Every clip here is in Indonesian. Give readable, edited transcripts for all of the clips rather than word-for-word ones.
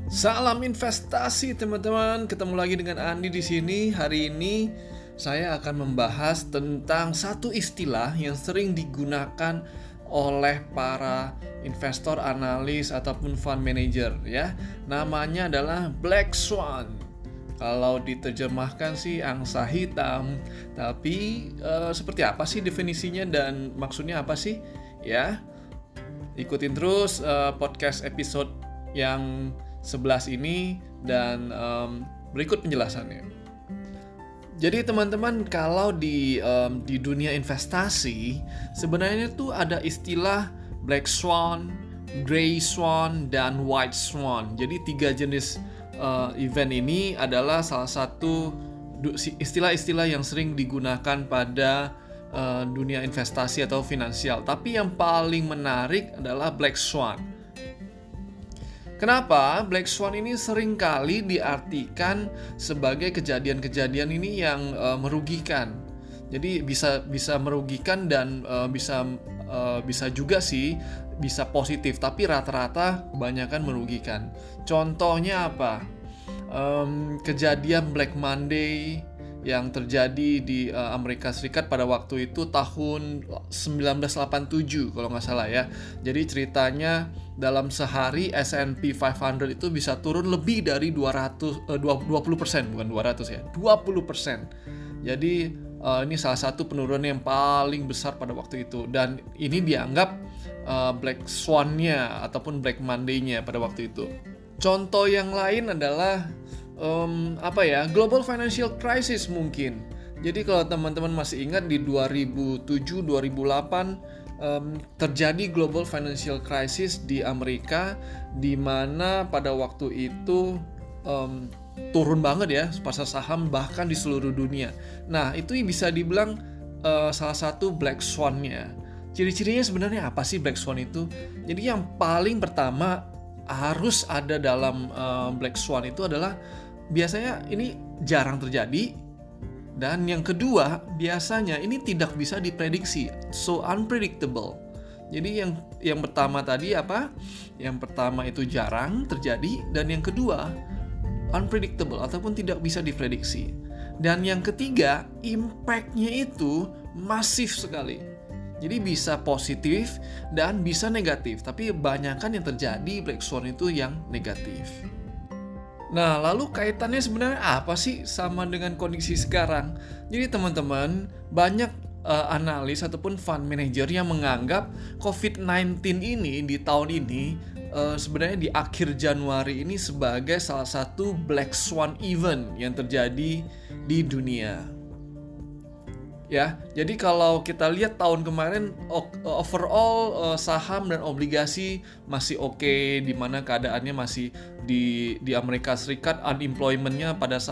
Salam investasi teman-teman, ketemu lagi dengan Andi di sini. Hari ini saya akan membahas tentang satu istilah yang sering digunakan oleh para investor, analis ataupun fund manager ya. Namanya adalah Black Swan. Kalau diterjemahkan sih angsa hitam. Tapi seperti apa sih definisinya dan maksudnya apa sih? Ya, ikutin terus podcast episode yang 11 ini dan berikut penjelasannya. Jadi teman-teman, kalau di dunia investasi sebenarnya tuh ada istilah Black Swan, Grey Swan, dan White Swan. Jadi 3 jenis event ini adalah salah satu istilah-istilah yang sering digunakan pada dunia investasi atau finansial. Tapi yang paling menarik adalah Black Swan. Kenapa Black Swan ini seringkali diartikan sebagai kejadian-kejadian ini yang merugikan. Jadi bisa merugikan dan bisa juga sih bisa positif, tapi rata-rata kebanyakan merugikan. Contohnya apa? Kejadian Black Monday yang terjadi di Amerika Serikat pada waktu itu tahun 1987 kalau nggak salah ya. Jadi ceritanya dalam sehari S&P 500 itu bisa turun lebih dari 20%, bukan 200 ya, 20%. Jadi ini salah satu penurunan yang paling besar pada waktu itu, dan ini dianggap Black Swan-nya ataupun Black Monday-nya pada waktu itu. Contoh yang lain adalah Global Financial Crisis mungkin. Jadi kalau teman-teman masih ingat di 2007-2008 terjadi Global Financial Crisis di Amerika, di mana pada waktu itu turun banget ya pasar saham bahkan di seluruh dunia. Nah, itu bisa dibilang salah satu Black Swan-nya. Ciri-cirinya sebenarnya apa sih Black Swan itu? Jadi yang paling pertama harus ada dalam Black Swan itu adalah biasanya ini jarang terjadi, dan yang kedua biasanya ini tidak bisa diprediksi, so unpredictable. Jadi yang pertama tadi apa? Yang pertama itu jarang terjadi, dan yang kedua unpredictable ataupun tidak bisa diprediksi. Dan yang ketiga, impact-nya itu masif sekali. Jadi bisa positif dan bisa negatif, tapi kebanyakan yang terjadi Black Swan itu yang negatif. Nah, lalu kaitannya sebenarnya apa sih sama dengan kondisi sekarang? Jadi teman-teman, banyak analis ataupun fund manager yang menganggap COVID-19 ini di tahun ini sebenarnya di akhir Januari ini sebagai salah satu Black Swan event yang terjadi di dunia. Ya, jadi kalau kita lihat tahun kemarin overall saham dan obligasi masih oke, di mana keadaannya masih di Amerika Serikat unemployment-nya pada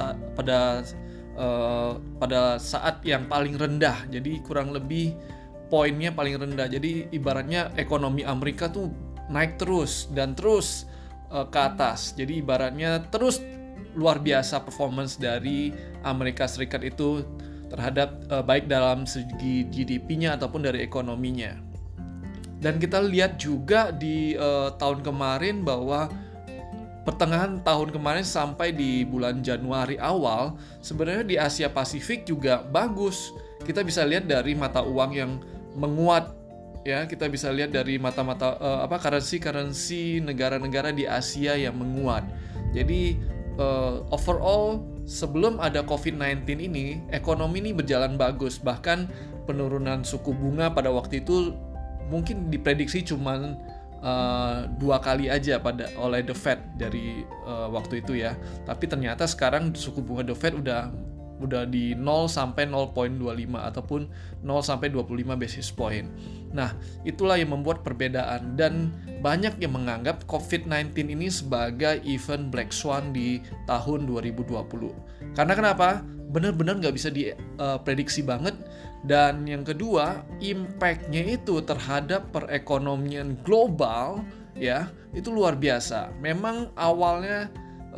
saat yang paling rendah. Jadi kurang lebih poinnya paling rendah. Jadi ibaratnya ekonomi Amerika tuh naik terus dan terus ke atas. Jadi ibaratnya terus luar biasa performance dari Amerika Serikat itu terhadap baik dalam segi GDP-nya ataupun dari ekonominya. Dan kita lihat juga di tahun kemarin bahwa pertengahan tahun kemarin sampai di bulan Januari awal, sebenarnya di Asia Pasifik juga bagus. Kita bisa lihat dari mata uang yang menguat ya, kita bisa lihat dari currency negara-negara di Asia yang menguat. Jadi overall sebelum ada COVID-19 ini, ekonomi ini berjalan bagus. Bahkan penurunan suku bunga pada waktu itu mungkin diprediksi cuma 2 kali aja oleh The Fed dari waktu itu ya. Tapi ternyata sekarang suku bunga The Fed udah di 0 sampai 0,25 ataupun 0 sampai 25 basis point. Nah, itulah yang membuat perbedaan, dan banyak yang menganggap COVID-19 ini sebagai event Black Swan di tahun 2020. Karena kenapa? Benar-benar nggak bisa diprediksi banget. Dan yang kedua, impact-nya itu terhadap perekonomian global ya, itu luar biasa. Memang awalnya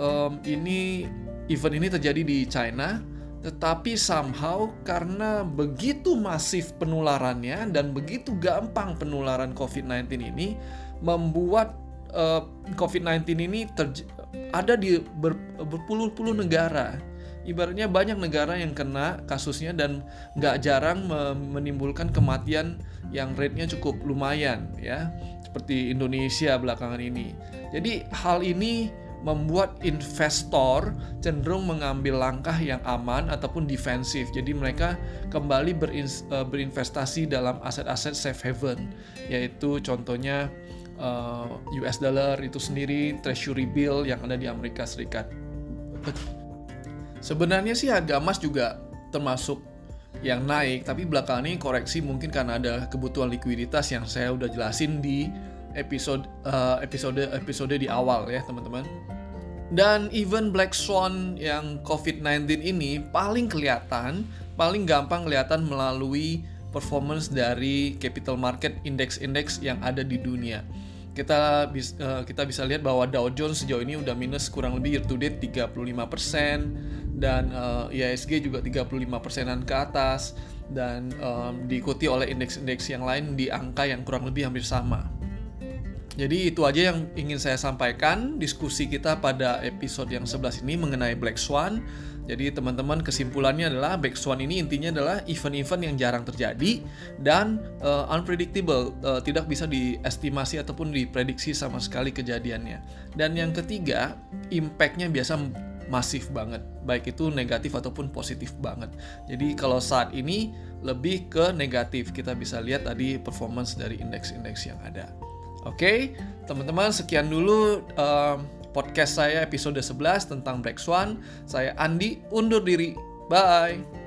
event ini terjadi di China, tetapi somehow karena begitu masif penularannya dan begitu gampang penularan COVID-19 ini, membuat COVID-19 ini ada di berpuluh-puluh negara. Ibaratnya banyak negara yang kena kasusnya dan nggak jarang menimbulkan kematian yang rate-nya cukup lumayan ya, seperti Indonesia belakangan ini. Jadi hal ini membuat investor cenderung mengambil langkah yang aman ataupun defensif. Jadi mereka kembali berinvestasi dalam aset-aset safe haven, yaitu contohnya US dollar itu sendiri, treasury bill yang ada di Amerika Serikat. Sebenarnya sih harga emas juga termasuk yang naik, tapi belakangan ini koreksi mungkin karena ada kebutuhan likuiditas yang saya udah jelasin di episode di awal ya teman-teman. Dan even Black Swan yang COVID-19 ini paling gampang kelihatan melalui performance dari capital market indeks-indeks yang ada di dunia. Kita bisa lihat bahwa Dow Jones sejauh ini udah minus kurang lebih year to date 35%, dan IHSG juga 35%-an ke atas, dan diikuti oleh indeks-indeks yang lain di angka yang kurang lebih hampir sama. Jadi itu aja yang ingin saya sampaikan diskusi kita pada episode yang 11 ini mengenai Black Swan. Jadi teman-teman, kesimpulannya adalah Black Swan ini intinya adalah event-event yang jarang terjadi dan unpredictable, tidak bisa diestimasi ataupun diprediksi sama sekali kejadiannya. Dan yang ketiga, impact-nya biasa masif banget, baik itu negatif ataupun positif banget. Jadi kalau saat ini lebih ke negatif, kita bisa lihat tadi performance dari indeks-indeks yang ada. Oke, teman-teman, sekian dulu podcast saya episode 11 tentang Black Swan. Saya Andi, undur diri. Bye.